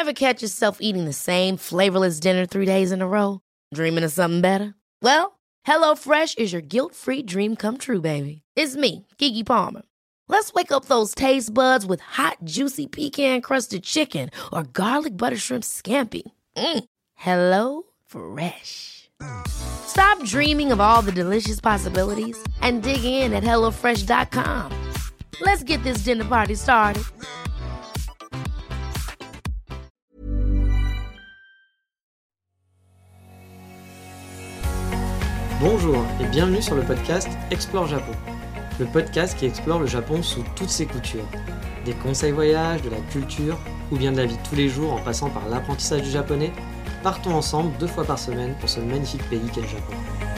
Ever catch yourself eating the same flavorless dinner 3 days in a row? Dreaming of something better? Well, HelloFresh is your guilt-free dream come true, baby. It's me, Keke Palmer. Let's wake up those taste buds with hot, juicy pecan-crusted chicken or garlic butter shrimp scampi. Hello Fresh. Stop dreaming of all the delicious possibilities and dig in at HelloFresh.com. Let's get this dinner party started. Bonjour et bienvenue sur le podcast Explore Japon, le podcast qui explore le Japon sous toutes ses coutures. Des conseils voyages, de la culture ou bien de la vie de tous les jours en passant par l'apprentissage du japonais, partons ensemble 2 fois par semaine pour ce magnifique pays qu'est le Japon.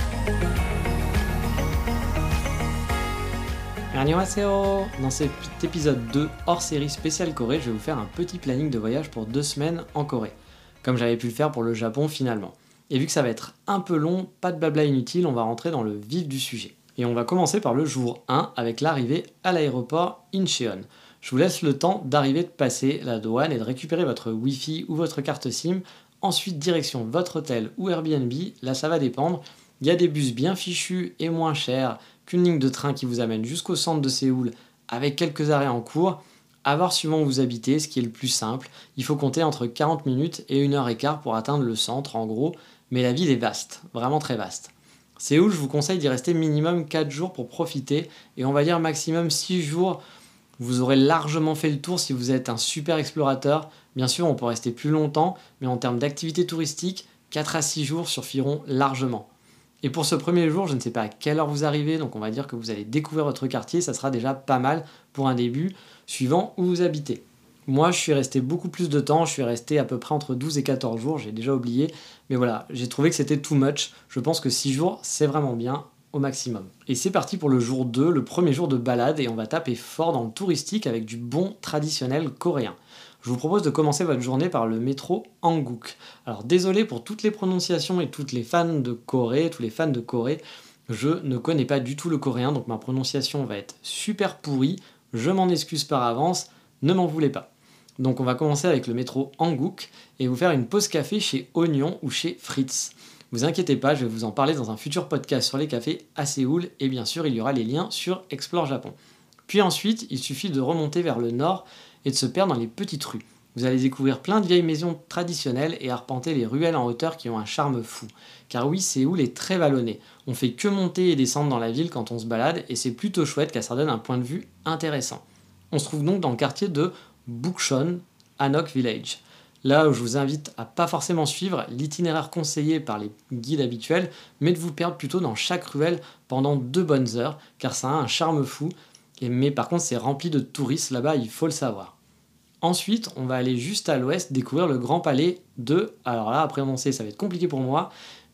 Annyeonghaseyo! Dans cet épisode 2 hors série spéciale Corée, je vais vous faire un petit planning de voyage pour 2 semaines en Corée, comme j'avais pu le faire pour le Japon finalement. Et vu que ça va être un peu long, pas de blabla inutile, on va rentrer dans le vif du sujet. Et on va commencer par le jour 1 avec l'arrivée à l'aéroport Incheon. Je vous laisse le temps d'arriver, de passer la douane et de récupérer votre Wi-Fi ou votre carte SIM. Ensuite, direction votre hôtel ou Airbnb, là ça va dépendre. Il y a des bus bien fichus et moins chers qu'une ligne de train qui vous amène jusqu'au centre de Séoul avec quelques arrêts en cours. À voir suivant où vous habitez, ce qui est le plus simple. Il faut compter entre 40 minutes et 1h15 pour atteindre le centre en gros. Mais la ville est vaste, vraiment très vaste. Séoul, je vous conseille d'y rester minimum 4 jours pour profiter, et on va dire maximum 6 jours. Vous aurez largement fait le tour si vous êtes un super explorateur. Bien sûr, on peut rester plus longtemps, mais en termes d'activité touristique, 4 à 6 jours suffiront largement. Et pour ce premier jour, je ne sais pas à quelle heure vous arrivez, donc on va dire que vous allez découvrir votre quartier, ça sera déjà pas mal pour un début, suivant où vous habitez. Moi, je suis resté beaucoup plus de temps, je suis resté à peu près entre 12 et 14 jours, j'ai déjà oublié, mais voilà, j'ai trouvé que c'était too much. Je pense que 6 jours, c'est vraiment bien au maximum. Et c'est parti pour le jour 2, le premier jour de balade, et on va taper fort dans le touristique avec du bon traditionnel coréen. Je vous propose de commencer votre journée par le métro Hanguk. Alors désolé pour toutes les prononciations et toutes les fans de Corée, tous les fans de Corée, je ne connais pas du tout le coréen, donc ma prononciation va être super pourrie, je m'en excuse par avance, ne m'en voulez pas. Donc on va commencer avec le métro Hanguk et vous faire une pause café chez Oignon ou chez Fritz. Vous inquiétez pas, je vais vous en parler dans un futur podcast sur les cafés à Séoul et bien sûr il y aura les liens sur Explore Japon. Puis ensuite, il suffit de remonter vers le nord et de se perdre dans les petites rues. Vous allez découvrir plein de vieilles maisons traditionnelles et arpenter les ruelles en hauteur qui ont un charme fou. Car oui, Séoul est très vallonné. On fait que monter et descendre dans la ville quand on se balade et c'est plutôt chouette car ça donne un point de vue intéressant. On se trouve donc dans le quartier de Bukchon, Hanok Village. Là où je vous invite à pas forcément suivre l'itinéraire conseillé par les guides habituels, mais de vous perdre plutôt dans chaque ruelle pendant 2 bonnes heures, car ça a un charme fou, mais par contre c'est rempli de touristes là-bas, il faut le savoir. Ensuite, on va aller juste à l'ouest découvrir le grand palais de, alors là à prononcer ça va être compliqué pour moi,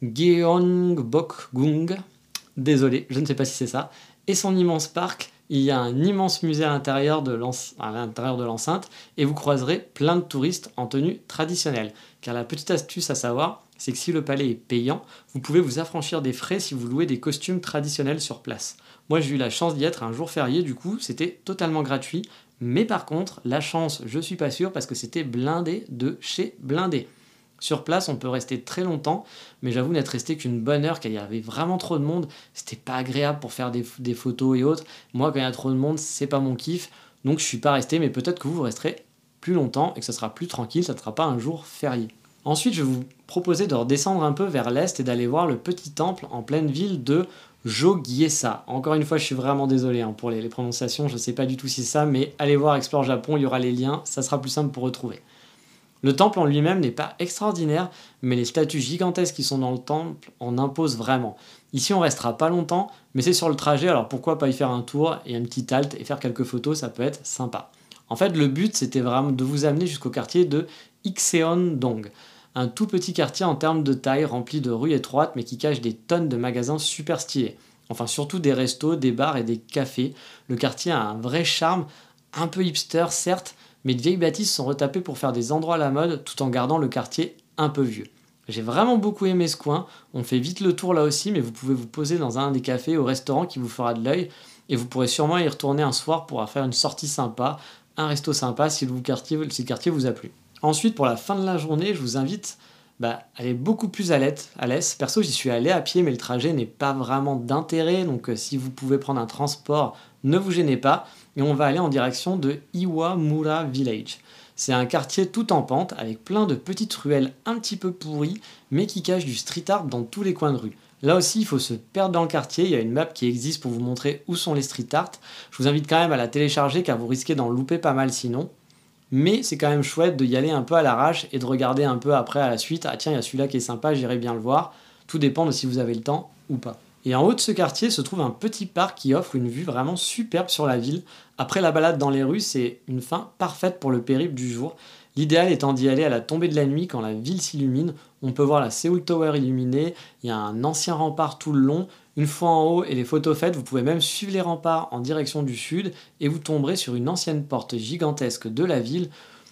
Gyeongbokgung, désolé, je ne sais pas si c'est ça, et son immense parc. Il y a un immense musée à l'intérieur de l'enceinte et vous croiserez plein de touristes en tenue traditionnelle. Car la petite astuce à savoir, c'est que si le palais est payant, vous pouvez vous affranchir des frais si vous louez des costumes traditionnels sur place. Moi j'ai eu la chance d'y être un jour férié, du coup c'était totalement gratuit. Mais par contre, la chance, je suis pas sûr parce que c'était blindé de chez blindé. Sur place, on peut rester très longtemps, mais j'avoue n'être resté qu'une bonne heure, car il y avait vraiment trop de monde. C'était pas agréable pour faire des photos et autres. Moi, quand il y a trop de monde, c'est pas mon kiff, donc je suis pas resté, mais peut-être que vous resterez plus longtemps et que ça sera plus tranquille, ça ne sera pas un jour férié. Ensuite, je vais vous proposer de redescendre un peu vers l'est et d'aller voir le petit temple en pleine ville de Jogye-sa. Encore une fois, je suis vraiment désolé pour les prononciations, je sais pas du tout si c'est ça, mais allez voir Explore Japon, il y aura les liens, ça sera plus simple pour retrouver. Le temple en lui-même n'est pas extraordinaire, mais les statues gigantesques qui sont dans le temple en imposent vraiment. Ici, on restera pas longtemps, mais c'est sur le trajet, alors pourquoi pas y faire un tour et un petit halte et faire quelques photos, ça peut être sympa. En fait, le but, c'était vraiment de vous amener jusqu'au quartier de Ikseon-dong, un tout petit quartier en termes de taille, rempli de rues étroites, mais qui cache des tonnes de magasins super stylés. Enfin, surtout des restos, des bars et des cafés. Le quartier a un vrai charme, un peu hipster, certes, mais de vieilles bâtisses sont retapées pour faire des endroits à la mode tout en gardant le quartier un peu vieux. J'ai vraiment beaucoup aimé ce coin, on fait vite le tour là aussi, mais vous pouvez vous poser dans un des cafés ou restaurants qui vous fera de l'œil, et vous pourrez sûrement y retourner un soir pour faire une sortie sympa, un resto sympa si le quartier vous a plu. Ensuite, pour la fin de la journée, je vous invite à aller beaucoup plus à l'aise. Perso, j'y suis allé à pied, mais le trajet n'est pas vraiment d'intérêt, donc si vous pouvez prendre un transport, ne vous gênez pas. Et on va aller en direction de Iwamura Village. C'est un quartier tout en pente, avec plein de petites ruelles un petit peu pourries, mais qui cachent du street art dans tous les coins de rue. Là aussi, il faut se perdre dans le quartier, il y a une map qui existe pour vous montrer où sont les street art. Je vous invite quand même à la télécharger, car vous risquez d'en louper pas mal sinon. Mais c'est quand même chouette d'y aller un peu à l'arrache et de regarder un peu après à la suite. Ah tiens, il y a celui-là qui est sympa, j'irai bien le voir. Tout dépend de si vous avez le temps ou pas. Et en haut de ce quartier se trouve un petit parc qui offre une vue vraiment superbe sur la ville. Après la balade dans les rues, c'est une fin parfaite pour le périple du jour. L'idéal étant d'y aller à la tombée de la nuit quand la ville s'illumine. On peut voir la Seoul Tower illuminée, il y a un ancien rempart tout le long. Une fois en haut et les photos faites, vous pouvez même suivre les remparts en direction du sud et vous tomberez sur une ancienne porte gigantesque de la ville.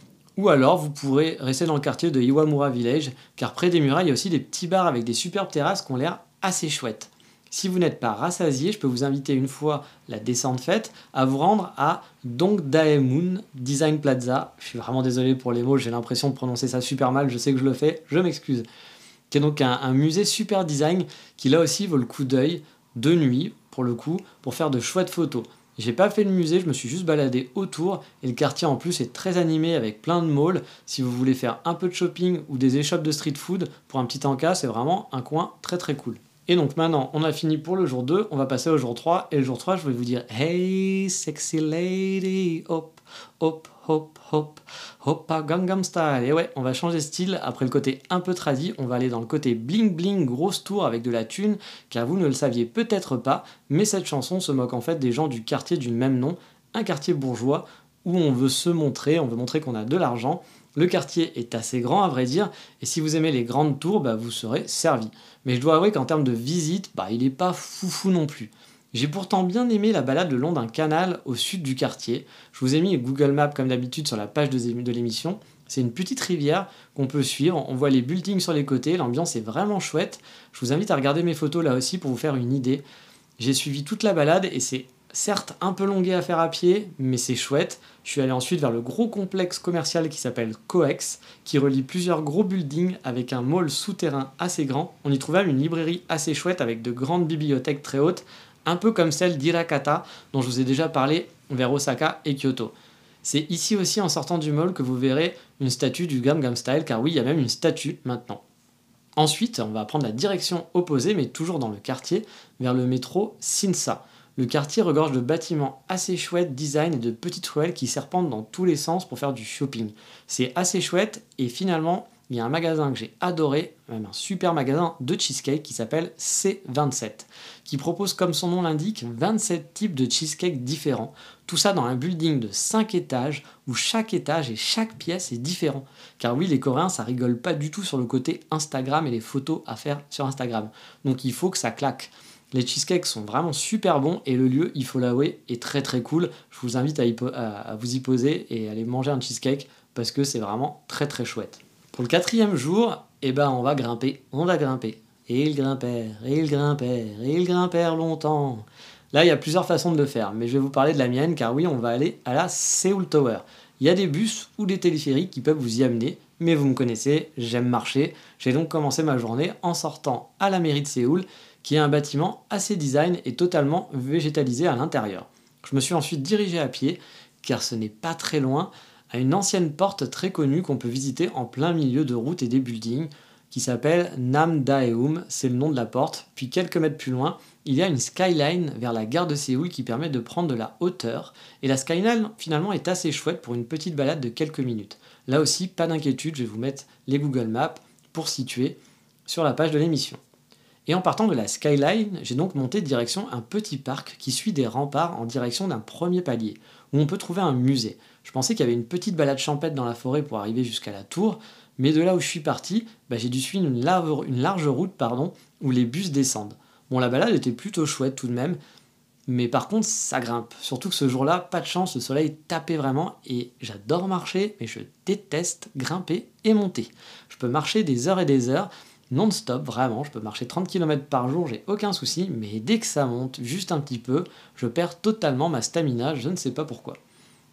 Ou alors vous pourrez rester dans le quartier de Iwamura Village, car près des murailles, il y a aussi des petits bars avec des superbes terrasses qui ont l'air assez chouettes. Si vous n'êtes pas rassasié, je peux vous inviter une fois la descente faite à vous rendre à Dongdaemun Design Plaza. Je suis vraiment désolé pour les mots, j'ai l'impression de prononcer ça super mal, je sais que je le fais, je m'excuse. Qui est donc un musée super design qui là aussi vaut le coup d'œil de nuit pour le coup pour faire de chouettes photos. J'ai pas fait le musée, je me suis juste baladé autour et le quartier en plus est très animé avec plein de malls. Si vous voulez faire un peu de shopping ou des échoppes de street food pour un petit encas, c'est vraiment un coin très très cool. Et donc maintenant, on a fini pour le jour 2, on va passer au jour 3. Et le jour 3, je vais vous dire Hey sexy lady, hop, hop, hop, hop, hoppa Gangnam Style. Et ouais, on va changer de style. Après le côté un peu tradi, on va aller dans le côté bling bling, grosse tour avec de la thune, car vous ne le saviez peut-être pas, mais cette chanson se moque en fait des gens du quartier du même nom, un quartier bourgeois où on veut se montrer, on veut montrer qu'on a de l'argent. Le quartier est assez grand à vrai dire, et si vous aimez les grandes tours, vous serez servi. Mais je dois avouer qu'en termes de visite, il n'est pas foufou non plus. J'ai pourtant bien aimé la balade le long d'un canal au sud du quartier. Je vous ai mis Google Maps comme d'habitude sur la page de l'émission. C'est une petite rivière qu'on peut suivre, on voit les buildings sur les côtés, l'ambiance est vraiment chouette. Je vous invite à regarder mes photos là aussi pour vous faire une idée. J'ai suivi toute la balade et c'est certes un peu longué à faire à pied, mais c'est chouette. Je suis allé ensuite vers le gros complexe commercial qui s'appelle Coex, qui relie plusieurs gros buildings avec un mall souterrain assez grand. On y trouve même une librairie assez chouette avec de grandes bibliothèques très hautes, un peu comme celle d'Hirakata, dont je vous ai déjà parlé vers Osaka et Kyoto. C'est ici aussi en sortant du mall que vous verrez une statue du Gangnam Style, car oui, il y a même une statue maintenant. Ensuite, on va prendre la direction opposée, mais toujours dans le quartier, vers le métro Shinsa. Le quartier regorge de bâtiments assez chouettes, design et de petites ruelles qui serpentent dans tous les sens pour faire du shopping. C'est assez chouette et finalement, il y a un magasin que j'ai adoré, même un super magasin de cheesecake qui s'appelle C27, qui propose comme son nom l'indique 27 types de cheesecake différents. Tout ça dans un building de 5 étages où chaque étage et chaque pièce est différent. Car oui, les Coréens, ça rigole pas du tout sur le côté Instagram et les photos à faire sur Instagram. Donc il faut que ça claque. Les cheesecakes sont vraiment super bons et le lieu, il faut l'avouer, est très très cool. Je vous invite à vous y poser et à aller manger un cheesecake parce que c'est vraiment très très chouette. Pour le 4e jour, on va grimper. Et ils grimpèrent, et ils grimpèrent, et ils grimpèrent longtemps. Là, il y a plusieurs façons de le faire, mais je vais vous parler de la mienne car oui, on va aller à la Seoul Tower. Il y a des bus ou des téléphériques qui peuvent vous y amener, mais vous me connaissez, j'aime marcher. J'ai donc commencé ma journée en sortant à la mairie de Séoul, qui est un bâtiment assez design et totalement végétalisé à l'intérieur. Je me suis ensuite dirigé à pied, car ce n'est pas très loin, à une ancienne porte très connue qu'on peut visiter en plein milieu de routes et des buildings, qui s'appelle Namdaeum, c'est le nom de la porte. Puis quelques mètres plus loin, il y a une skyline vers la gare de Séoul qui permet de prendre de la hauteur. Et la skyline, finalement, est assez chouette pour une petite balade de quelques minutes. Là aussi, pas d'inquiétude, je vais vous mettre les Google Maps pour situer sur la page de l'émission. Et en partant de la skyline, j'ai donc monté direction un petit parc qui suit des remparts en direction d'un premier palier, où on peut trouver un musée. Je pensais qu'il y avait une petite balade champêtre dans la forêt pour arriver jusqu'à la tour, mais de là où je suis parti, j'ai dû suivre une large route où les bus descendent. Bon, la balade était plutôt chouette tout de même, mais par contre, ça grimpe. Surtout que ce jour-là, pas de chance, le soleil tapait vraiment, et j'adore marcher, mais je déteste grimper et monter. Je peux marcher des heures et des heures, non-stop, vraiment, je peux marcher 30 km par jour, j'ai aucun souci, mais dès que ça monte juste un petit peu, je perds totalement ma stamina, je ne sais pas pourquoi.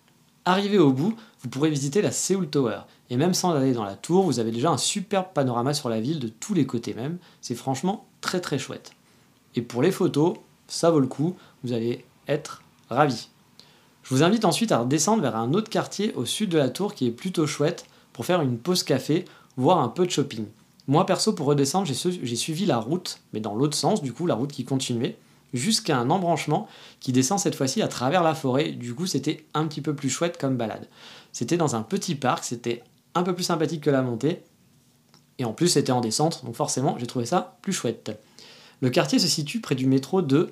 Arrivé au bout, vous pourrez visiter la Seoul Tower. Et même sans aller dans la tour, vous avez déjà un superbe panorama sur la ville de tous les côtés même. C'est franchement très très chouette. Et pour les photos, ça vaut le coup, vous allez être ravis. Je vous invite ensuite à redescendre vers un autre quartier au sud de la tour qui est plutôt chouette pour faire une pause café, voire un peu de shopping. Moi perso, pour redescendre, j'ai suivi la route, mais dans l'autre sens du coup, la route qui continuait, jusqu'à un embranchement qui descend cette fois-ci à travers la forêt. Du coup, c'était un petit peu plus chouette comme balade. C'était dans un petit parc, c'était un peu plus sympathique que la montée, et en plus c'était en descente, donc forcément j'ai trouvé ça plus chouette. Le quartier se situe près du métro de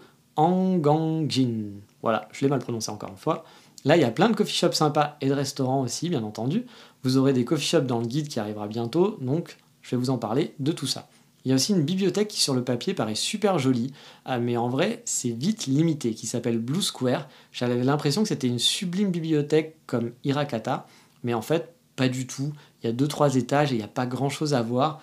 Hangangjin. Voilà, je l'ai mal prononcé encore une fois. Là, il y a plein de coffee shops sympas et de restaurants aussi, bien entendu. Vous aurez des coffee shops dans le guide qui arrivera bientôt, donc je vais vous en parler de tout ça. Il y a aussi une bibliothèque qui sur le papier paraît super jolie, mais en vrai c'est vite limité, qui s'appelle Blue Square. J'avais l'impression que c'était une sublime bibliothèque comme Hirakata, mais en fait pas du tout. Il y a 2-3 étages et il n'y a pas grand chose à voir.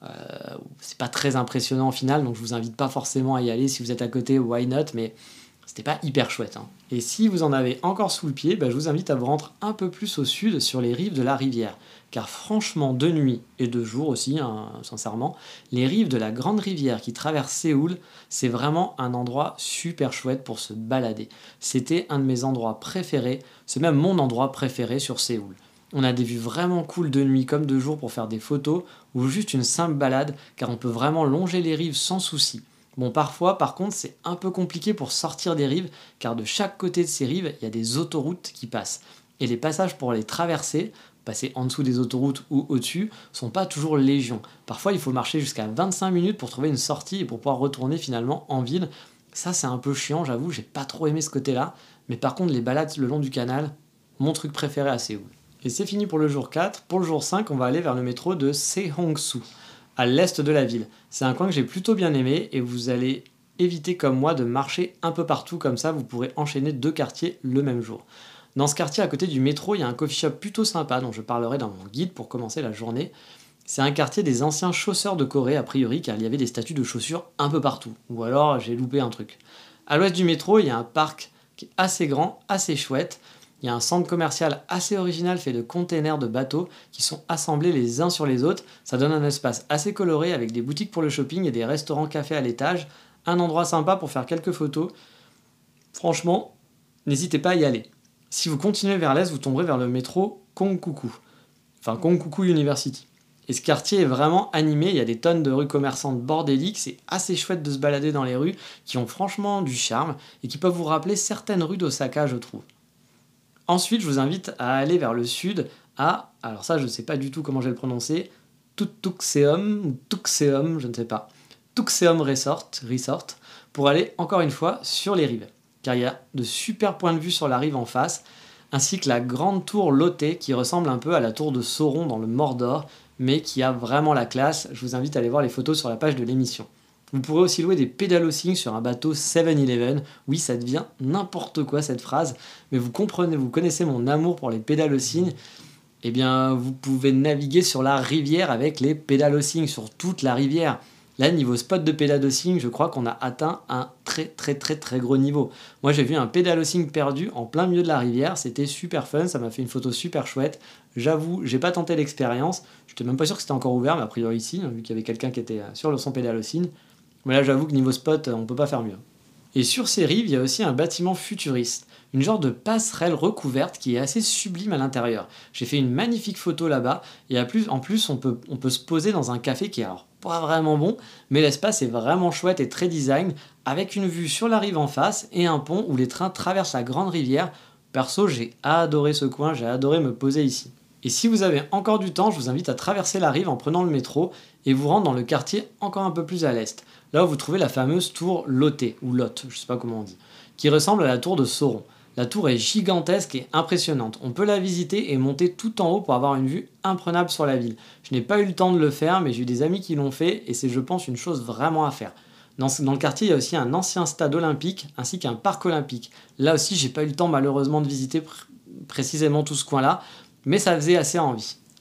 C'est pas très impressionnant au final, donc je vous invite pas forcément à y aller. Si vous êtes à côté, why not, mais c'était pas hyper chouette. Et si vous en avez encore sous le pied, je vous invite à vous rendre un peu plus au sud sur les rives de la rivière. Car franchement, de nuit et de jour aussi, sincèrement, les rives de la grande rivière qui traverse Séoul, c'est vraiment un endroit super chouette pour se balader. C'était un de mes endroits préférés, c'est même mon endroit préféré sur Séoul. On a des vues vraiment cool de nuit comme de jour pour faire des photos ou juste une simple balade car on peut vraiment longer les rives sans souci. Bon, parfois, par contre, c'est un peu compliqué pour sortir des rives car de chaque côté de ces rives, il y a des autoroutes qui passent. Et les passages pour les traverser, passer en dessous des autoroutes ou au-dessus, sont pas toujours légion. Parfois, il faut marcher jusqu'à 25 minutes pour trouver une sortie et pour pouvoir retourner finalement en ville. Ça, c'est un peu chiant, j'avoue, j'ai pas trop aimé ce côté-là. Mais par contre, les balades le long du canal, mon truc préféré à Séoul. Et c'est fini pour le jour 4. Pour le jour 5, on va aller vers le métro de Sehongsu, à l'est de la ville. C'est un coin que j'ai plutôt bien aimé et vous allez éviter comme moi de marcher un peu partout, comme ça vous pourrez enchaîner 2 quartiers le même jour. Dans ce quartier à côté du métro, il y a un coffee shop plutôt sympa dont je parlerai dans mon guide pour commencer la journée. C'est un quartier des anciens chausseurs de Corée a priori car il y avait des statues de chaussures un peu partout. Ou alors j'ai loupé un truc. À l'ouest du métro, il y a un parc qui est assez grand, assez chouette. Il y a un centre commercial assez original fait de containers de bateaux qui sont assemblés les uns sur les autres. Ça donne un espace assez coloré avec des boutiques pour le shopping et des restaurants cafés à l'étage. Un endroit sympa pour faire quelques photos. Franchement, n'hésitez pas à y aller. Si vous continuez vers l'est, vous tomberez vers le métro Gongguku. Enfin, Gongguku University. Et ce quartier est vraiment animé, il y a des tonnes de rues commerçantes bordéliques, c'est assez chouette de se balader dans les rues qui ont franchement du charme et qui peuvent vous rappeler certaines rues d'Osaka, je trouve. Ensuite, je vous invite à aller vers le sud à, alors ça je ne sais pas du tout comment je vais le prononcer, Tukseom ou Tukseom, je ne sais pas, Tukseom Resort, pour aller encore une fois sur les rives. Car il y a de super points de vue sur la rive en face, ainsi que la grande tour Lotte qui ressemble un peu à la tour de Sauron dans le Mordor, mais qui a vraiment la classe. Je vous invite à aller voir les photos sur la page de l'émission. Vous pourrez aussi louer des pédalosing sur un bateau 7-Eleven. Oui, ça devient n'importe quoi cette phrase, mais vous connaissez mon amour pour les pédalosing. Eh bien, vous pouvez naviguer sur la rivière avec les pédalosing, sur toute la rivière. Là, niveau spot de pédalosing, je crois qu'on a atteint un très gros niveau. Moi, j'ai vu un pédalosing perdu en plein milieu de la rivière. C'était super fun, ça m'a fait une photo super chouette. J'avoue, j'ai pas tenté l'expérience. Je n'étais même pas sûr que c'était encore ouvert, mais a priori ici, vu qu'il y avait quelqu'un qui était sur son pédalosing. Mais là, j'avoue que niveau spot, on peut pas faire mieux. Et sur ces rives, il y a aussi un bâtiment futuriste, une genre de passerelle recouverte qui est assez sublime à l'intérieur. J'ai fait une magnifique photo là-bas, et en plus on peut se poser dans un café qui est alors pas vraiment bon, mais l'espace est vraiment chouette et très design, avec une vue sur la rive en face et un pont où les trains traversent la grande rivière. Perso, j'ai adoré ce coin, j'ai adoré me poser ici. Et si vous avez encore du temps, je vous invite à traverser la rive en prenant le métro et vous rendre dans le quartier encore un peu plus à l'est. Là où vous trouvez la fameuse tour Lotte, ou Lotte, je sais pas comment on dit, qui ressemble à la tour de Sauron. La tour est gigantesque et impressionnante. On peut la visiter et monter tout en haut pour avoir une vue imprenable sur la ville. Je n'ai pas eu le temps de le faire, mais j'ai eu des amis qui l'ont fait et c'est, je pense, une chose vraiment à faire. Dans le quartier, il y a aussi un ancien stade olympique ainsi qu'un parc olympique. Là aussi, j'ai pas eu le temps malheureusement de visiter précisément tout ce coin-là, mais ça faisait assez envie.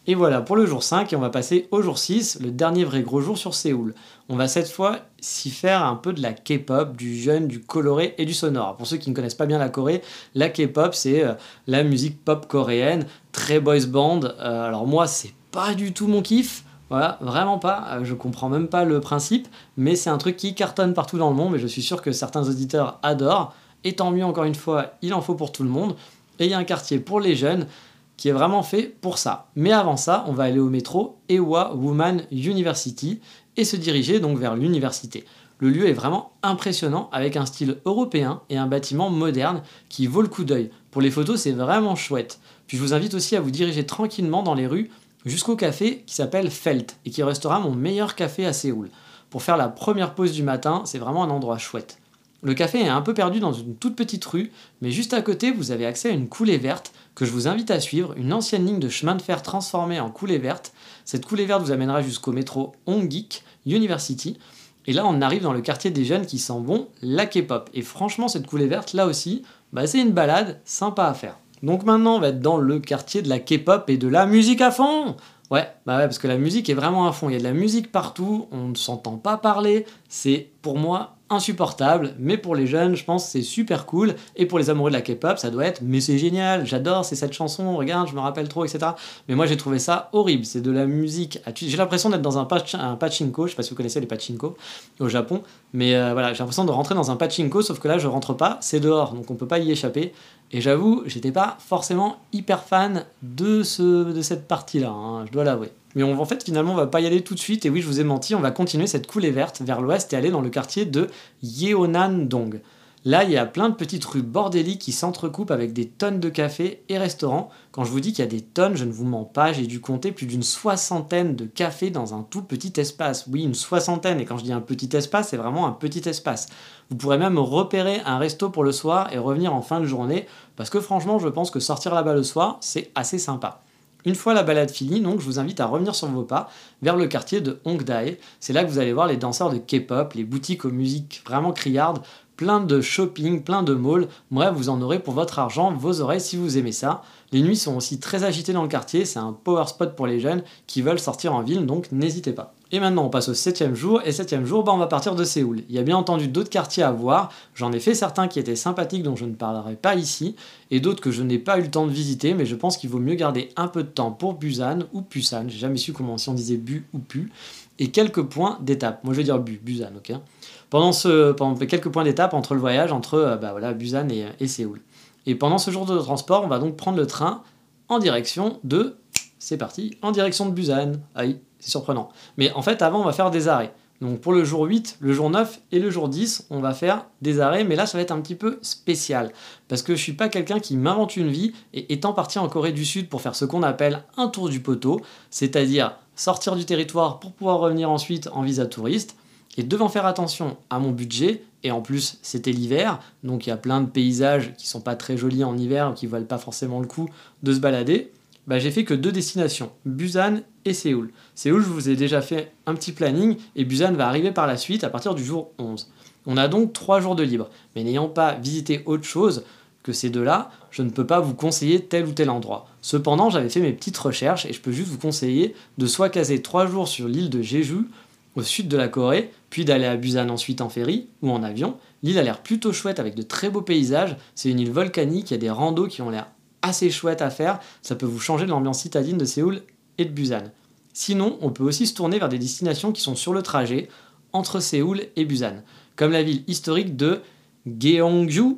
Et voilà pour le jour 5 et on va passer au jour 6, le dernier vrai gros jour sur Séoul. On va cette fois s'y faire un peu de la K-pop, du jeune, du coloré et du sonore. Pour ceux qui ne connaissent pas bien la Corée, la K-pop c'est la musique pop coréenne, très boys band. Alors moi c'est pas du tout mon kiff. Voilà, vraiment pas, je comprends même pas le principe, mais c'est un truc qui cartonne partout dans le monde et je suis sûr que certains auditeurs adorent. Et tant mieux, encore une fois, il en faut pour tout le monde. Et il y a un quartier pour les jeunes qui est vraiment fait pour ça. Mais avant ça, on va aller au métro Ewha Woman University et se diriger donc vers l'université. Le lieu est vraiment impressionnant avec un style européen et un bâtiment moderne qui vaut le coup d'œil. Pour les photos, c'est vraiment chouette. Puis je vous invite aussi à vous diriger tranquillement dans les rues jusqu'au café qui s'appelle Felt et qui restera mon meilleur café à Séoul. Pour faire la première pause du matin, c'est vraiment un endroit chouette. Le café est un peu perdu dans une toute petite rue, mais juste à côté, vous avez accès à une coulée verte que je vous invite à suivre, une ancienne ligne de chemin de fer transformée en coulée verte. Cette coulée verte vous amènera jusqu'au métro Hongik University. Et là, on arrive dans le quartier des jeunes qui sent bon la K-pop. Et franchement, cette coulée verte, là aussi, c'est une balade sympa à faire. Donc maintenant, on va être dans le quartier de la K-pop et de la musique à fond. Ouais, parce que la musique est vraiment à fond. Il y a de la musique partout, on ne s'entend pas parler. C'est pour moi insupportable, mais pour les jeunes, je pense que c'est super cool. Et pour les amoureux de la K-pop, ça doit être mais c'est génial, j'adore, c'est cette chanson, regarde, je me rappelle trop, etc. Mais moi, j'ai trouvé ça horrible. C'est de la musique. J'ai l'impression d'être dans un pachinko. Je sais pas si vous connaissez les pachinko au Japon, mais voilà, j'ai l'impression de rentrer dans un pachinko, sauf que là, je rentre pas, c'est dehors, donc on peut pas y échapper. Et j'avoue, j'étais pas forcément hyper fan de cette partie-là, hein, je dois l'avouer. Mais en fait, finalement, on va pas y aller tout de suite. Et oui, je vous ai menti, on va continuer cette coulée verte vers l'ouest et aller dans le quartier de Yeonandong. Là, il y a plein de petites rues bordéliques qui s'entrecoupent avec des tonnes de cafés et restaurants. Quand je vous dis qu'il y a des tonnes, je ne vous mens pas, j'ai dû compter plus d'une 60aine de cafés dans un tout petit espace. Oui, une 60aine, et quand je dis un petit espace, c'est vraiment un petit espace. Vous pourrez même repérer un resto pour le soir et revenir en fin de journée, parce que franchement, je pense que sortir là-bas le soir, c'est assez sympa. Une fois la balade finie, donc, je vous invite à revenir sur vos pas vers le quartier de Hongdae. C'est là que vous allez voir les danseurs de K-pop, les boutiques aux musiques vraiment criardes, plein de shopping, plein de malls. Bref, vous en aurez pour votre argent, vos oreilles si vous aimez ça. Les nuits sont aussi très agitées dans le quartier, c'est un power spot pour les jeunes qui veulent sortir en ville, donc n'hésitez pas. Et maintenant on passe au 7e jour, et 7e jour, on va partir de Séoul. Il y a bien entendu d'autres quartiers à voir, j'en ai fait certains qui étaient sympathiques dont je ne parlerai pas ici, et d'autres que je n'ai pas eu le temps de visiter, mais je pense qu'il vaut mieux garder un peu de temps pour Busan ou Busan, j'ai jamais su si on disait Bu ou Pu, et quelques points d'étape. Moi je vais dire Busan, ok. Pendant quelques points d'étape entre le voyage entre Busan et Séoul. Et pendant ce jour de transport, on va donc prendre le train en direction de... C'est parti, en direction de Busan. Ah oui, c'est surprenant. Mais en fait, avant, on va faire des arrêts. Donc pour le jour 8, le jour 9 et le jour 10, on va faire des arrêts. Mais là, ça va être un petit peu spécial. Parce que je suis pas quelqu'un qui m'invente une vie. Et étant parti en Corée du Sud pour faire ce qu'on appelle un tour du poteau, c'est-à-dire sortir du territoire pour pouvoir revenir ensuite en visa touriste, et devant faire attention à mon budget, et en plus c'était l'hiver, donc il y a plein de paysages qui sont pas très jolis en hiver, qui valent pas forcément le coup de se balader, j'ai fait que 2 destinations, Busan et Séoul. Séoul, je vous ai déjà fait un petit planning, et Busan va arriver par la suite à partir du jour 11. On a donc 3 jours de libre, mais n'ayant pas visité autre chose que ces deux-là, je ne peux pas vous conseiller tel ou tel endroit. Cependant, j'avais fait mes petites recherches, et je peux juste vous conseiller de soit caser 3 jours sur l'île de Jeju, au sud de la Corée, puis d'aller à Busan ensuite en ferry ou en avion. L'île a l'air plutôt chouette avec de très beaux paysages, c'est une île volcanique, il y a des randos qui ont l'air assez chouettes à faire, ça peut vous changer de l'ambiance citadine de Séoul et de Busan. Sinon, on peut aussi se tourner vers des destinations qui sont sur le trajet entre Séoul et Busan, comme la ville historique de Gyeongju,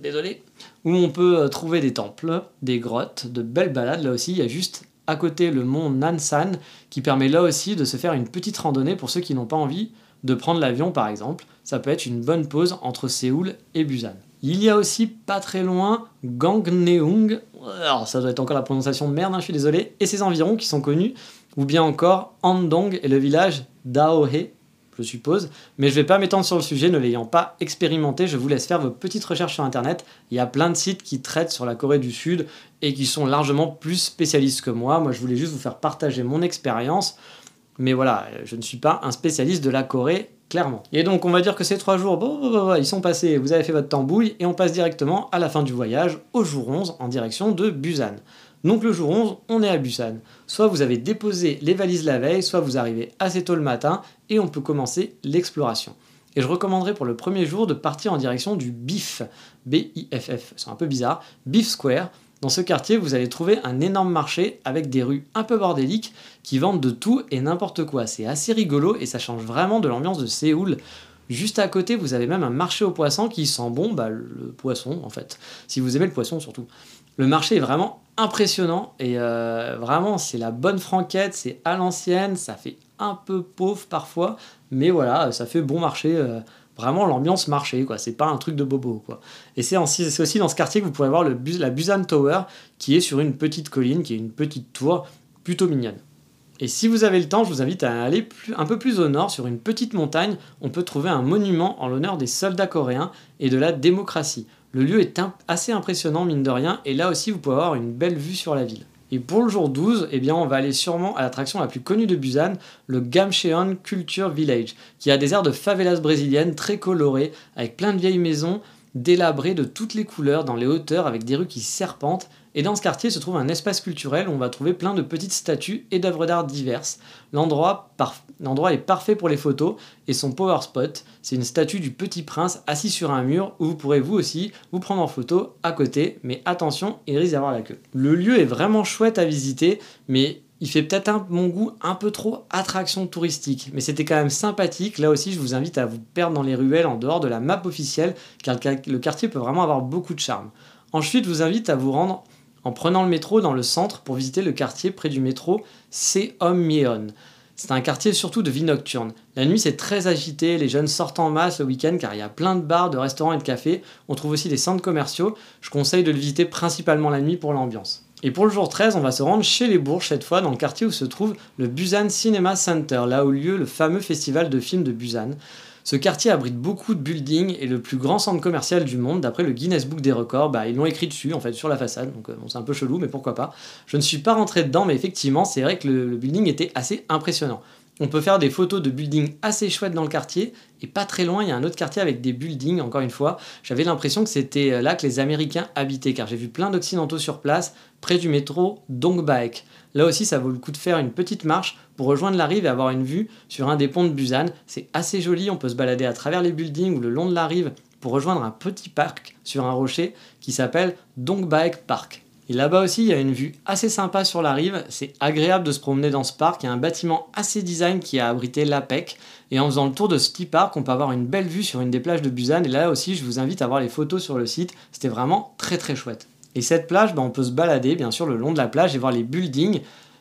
où on peut trouver des temples, des grottes, de belles balades, là aussi il y a juste à côté le mont Nansan, qui permet là aussi de se faire une petite randonnée pour ceux qui n'ont pas envie de prendre l'avion par exemple. Ça peut être une bonne pause entre Séoul et Busan. Il y a aussi pas très loin Gangneung, alors ça doit être encore la prononciation de merde, je suis désolé, et ses environs qui sont connus, ou bien encore Andong et le village d'Aohe, je suppose, mais je vais pas m'étendre sur le sujet, ne l'ayant pas expérimenté, je vous laisse faire vos petites recherches sur internet. Il y a plein de sites qui traitent sur la Corée du Sud et qui sont largement plus spécialistes que moi. Je voulais juste vous faire partager mon expérience, mais voilà, je ne suis pas un spécialiste de la Corée, clairement. Et donc on va dire que ces 3 jours, ils sont passés, vous avez fait votre tambouille, et on passe directement à la fin du voyage, au jour 11, en direction de Busan. Donc le jour 11, on est à Busan. Soit vous avez déposé les valises la veille, soit vous arrivez assez tôt le matin et on peut commencer l'exploration. Et je recommanderais pour le premier jour de partir en direction du BIFF, B-I-F-F, c'est un peu bizarre, BIFF Square. Dans ce quartier, vous allez trouver un énorme marché avec des rues un peu bordéliques qui vendent de tout et n'importe quoi. C'est assez rigolo et ça change vraiment de l'ambiance de Séoul. Juste à côté, vous avez même un marché aux poissons qui sent bon, le poisson en fait, si vous aimez le poisson surtout. Le marché est vraiment impressionnant et vraiment c'est la bonne franquette, c'est à l'ancienne, ça fait un peu pauvre parfois, mais voilà, ça fait bon marché, vraiment l'ambiance marché, quoi. C'est pas un truc de bobo, quoi. Et c'est aussi dans ce quartier que vous pourrez voir la Busan Tower, qui est sur une petite colline, qui est une petite tour plutôt mignonne. Et si vous avez le temps, je vous invite à aller un peu plus au nord, sur une petite montagne, on peut trouver un monument en l'honneur des soldats coréens et de la démocratie. Le lieu est assez impressionnant, mine de rien, et là aussi vous pouvez avoir une belle vue sur la ville. Et pour le jour 12, eh bien, on va aller sûrement à l'attraction la plus connue de Busan, le Gamcheon Culture Village, qui a des airs de favelas brésiliennes très colorées, avec plein de vieilles maisons délabrées de toutes les couleurs dans les hauteurs, avec des rues qui serpentent. Et dans ce quartier se trouve un espace culturel où on va trouver plein de petites statues et d'œuvres d'art diverses. L'endroit est parfait pour les photos et son power spot, c'est une statue du Petit Prince assis sur un mur où vous pourrez vous aussi vous prendre en photo à côté, mais attention, il risque d'avoir la queue. Le lieu est vraiment chouette à visiter, mais il fait peut-être mon goût un peu trop attraction touristique, mais c'était quand même sympathique. Là aussi, je vous invite à vous perdre dans les ruelles en dehors de la map officielle, car le quartier peut vraiment avoir beaucoup de charme. Ensuite, je vous invite à vous rendre en prenant le métro dans le centre pour visiter le quartier près du métro Seommyeon. C'est un quartier surtout de vie nocturne. La nuit, c'est très agité, les jeunes sortent en masse le week-end car il y a plein de bars, de restaurants et de cafés. On trouve aussi des centres commerciaux. Je conseille de le visiter principalement la nuit pour l'ambiance. Et pour le jour 13, on va se rendre chez les Bourges cette fois, dans le quartier où se trouve le Busan Cinema Center, là où lieu le fameux festival de films de Busan. Ce quartier abrite beaucoup de buildings et le plus grand centre commercial du monde, d'après le Guinness Book des records. Ils l'ont écrit dessus, en fait, sur la façade, donc bon, c'est un peu chelou, mais pourquoi pas. Je ne suis pas rentré dedans, mais effectivement, c'est vrai que le building était assez impressionnant. On peut faire des photos de buildings assez chouettes dans le quartier, et pas très loin, il y a un autre quartier avec des buildings, encore une fois. J'avais l'impression que c'était là que les Américains habitaient, car j'ai vu plein d'Occidentaux sur place, près du métro Dongbaek. Là aussi, ça vaut le coup de faire une petite marche pour rejoindre la rive et avoir une vue sur un des ponts de Busan. C'est assez joli, on peut se balader à travers les buildings ou le long de la rive pour rejoindre un petit parc sur un rocher qui s'appelle Dongbaek Park. Et là-bas aussi, il y a une vue assez sympa sur la rive, c'est agréable de se promener dans ce parc, il y a un bâtiment assez design qui a abrité l'APEC, et en faisant le tour de ce petit parc, on peut avoir une belle vue sur une des plages de Busan, et là aussi, je vous invite à voir les photos sur le site, c'était vraiment très très chouette. Et cette plage, on peut se balader bien sûr le long de la plage et voir les buildings.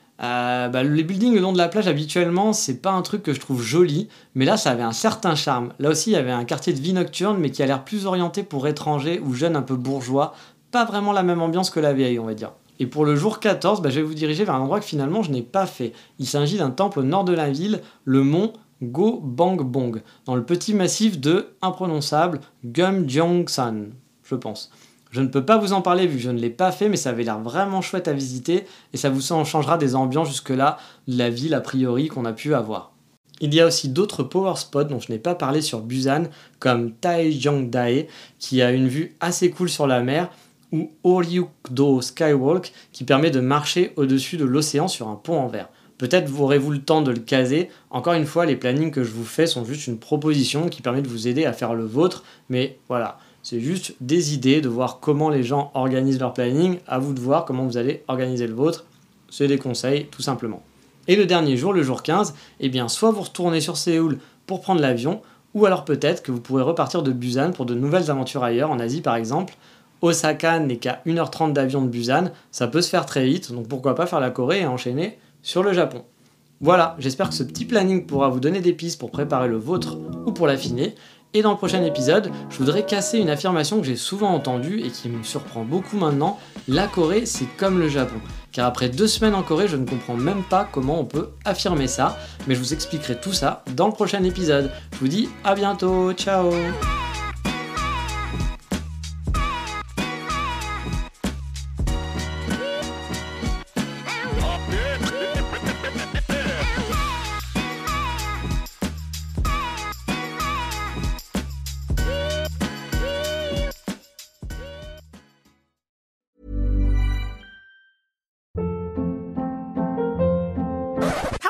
Les buildings le long de la plage habituellement c'est pas un truc que je trouve joli, mais là ça avait un certain charme. Là aussi il y avait un quartier de vie nocturne mais qui a l'air plus orienté pour étrangers ou jeunes un peu bourgeois, pas vraiment la même ambiance que la vieille on va dire. Et pour le jour 14, je vais vous diriger vers un endroit que finalement je n'ai pas fait. Il s'agit d'un temple au nord de la ville, le mont Go-Bang-Bong, dans le petit massif de imprononçable Gyeongsan, je pense. Je ne peux pas vous en parler vu que je ne l'ai pas fait, mais ça avait l'air vraiment chouette à visiter et ça vous changera des ambiances jusque-là de la ville a priori qu'on a pu avoir. Il y a aussi d'autres power spots dont je n'ai pas parlé sur Busan, comme Taejongdae, qui a une vue assez cool sur la mer, ou Oryukdo Skywalk, qui permet de marcher au-dessus de l'océan sur un pont en verre. Peut-être aurez-vous le temps de le caser. Encore une fois, les plannings que je vous fais sont juste une proposition qui permet de vous aider à faire le vôtre, mais voilà. C'est juste des idées, de voir comment les gens organisent leur planning. À vous de voir comment vous allez organiser le vôtre. C'est des conseils, tout simplement. Et le dernier jour, le jour 15, soit vous retournez sur Séoul pour prendre l'avion, ou alors peut-être que vous pourrez repartir de Busan pour de nouvelles aventures ailleurs, en Asie par exemple. Osaka n'est qu'à 1h30 d'avion de Busan, ça peut se faire très vite, donc pourquoi pas faire la Corée et enchaîner sur le Japon. Voilà, j'espère que ce petit planning pourra vous donner des pistes pour préparer le vôtre ou pour l'affiner. Et dans le prochain épisode, je voudrais casser une affirmation que j'ai souvent entendue et qui me surprend beaucoup maintenant. La Corée, c'est comme le Japon. Car après 2 semaines en Corée, je ne comprends même pas comment on peut affirmer ça. Mais je vous expliquerai tout ça dans le prochain épisode. Je vous dis à bientôt, ciao!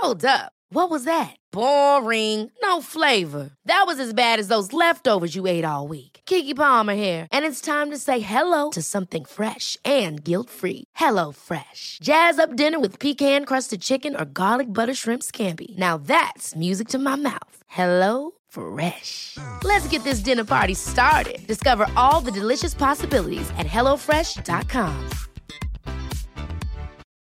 Hold up. What was that? Boring. No flavor. That was as bad as those leftovers you ate all week. Keke Palmer here, and it's time to say hello to something fresh and guilt-free. Hello Fresh. Jazz up dinner with pecan-crusted chicken or garlic butter shrimp scampi. Now that's music to my mouth. Hello Fresh. Let's get this dinner party started. Discover all the delicious possibilities at hellofresh.com.